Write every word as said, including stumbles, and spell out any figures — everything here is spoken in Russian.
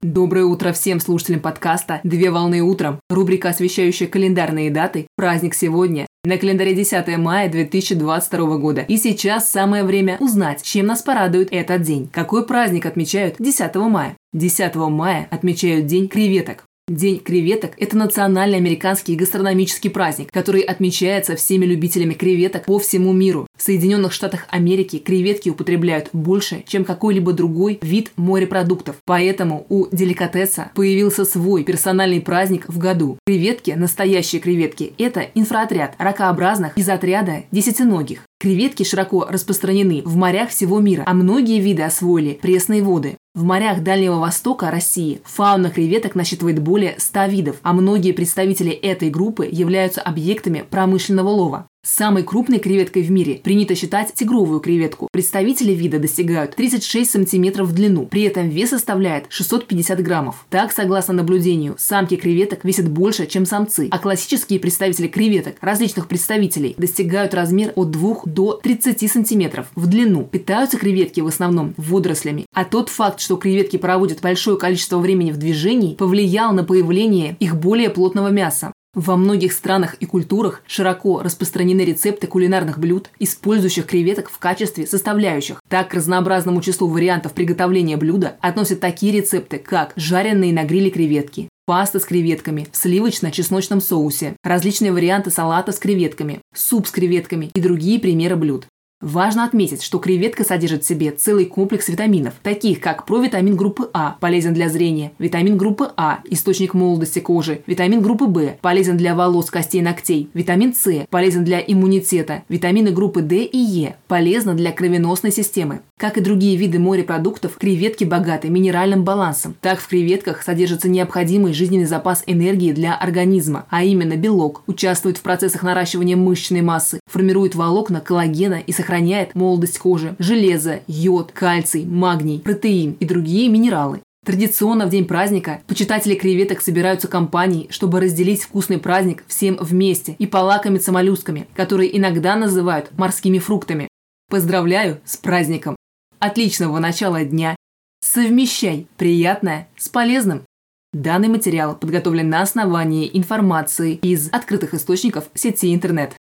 Доброе утро всем слушателям подкаста «Две волны утром». Рубрика, освещающая календарные даты. Праздник сегодня. На календаре десятое мая две тысячи двадцать второго года. И сейчас самое время узнать, чем нас порадует этот день. Какой праздник отмечают десятого мая? десятого мая отмечают День креветок. День креветок – это национальный американский гастрономический праздник, который отмечается всеми любителями креветок по всему миру. В Соединенных Штатах Америки креветки употребляют больше, чем какой-либо другой вид морепродуктов. Поэтому у деликатеса появился свой персональный праздник в году. Креветки, настоящие креветки – это инфроотряд ракообразных из отряда десятиногих. Креветки широко распространены в морях всего мира, а многие виды освоили пресные воды. В морях Дальнего Востока России фауна креветок насчитывает более ста видов, а многие представители этой группы являются объектами промышленного лова. Самой крупной креветкой в мире принято считать тигровую креветку. Представители вида достигают тридцать шесть сантиметров в длину, при этом вес составляет шестьсот пятьдесят граммов. Так, согласно наблюдению, самки креветок весят больше, чем самцы, а классические представители креветок различных представителей достигают размер от двух до тридцати сантиметров в длину. Питаются креветки в основном водорослями, а тот факт, что креветки проводят большое количество времени в движении, повлиял на появление их более плотного мяса. Во многих странах и культурах широко распространены рецепты кулинарных блюд, использующих креветок в качестве составляющих. Так, к разнообразному числу вариантов приготовления блюда относят такие рецепты, как жареные на гриле креветки, паста с креветками в сливочно-чесночном соусе, различные варианты салата с креветками, суп с креветками и другие примеры блюд. Важно отметить, что креветка содержит в себе целый комплекс витаминов, таких как провитамин группы А, полезен для зрения, витамин группы А, источник молодости кожи, витамин группы В, полезен для волос, костей, ногтей, витамин С, полезен для иммунитета, витамины группы D и Е, полезны для кровеносной системы. Как и другие виды морепродуктов, креветки богаты минеральным балансом. Так, в креветках содержится необходимый жизненный запас энергии для организма, а именно белок, участвует в процессах наращивания мышечной массы, формирует волокна коллагена и сохраняет Сохраняет молодость кожи, железо, йод, кальций, магний, протеин и другие минералы. Традиционно в день праздника почитатели креветок собираются компанией, чтобы разделить вкусный праздник всем вместе и полакомиться моллюсками, которые иногда называют морскими фруктами. Поздравляю с праздником! Отличного начала дня! Совмещай приятное с полезным! Данный материал подготовлен на основании информации из открытых источников сети интернет.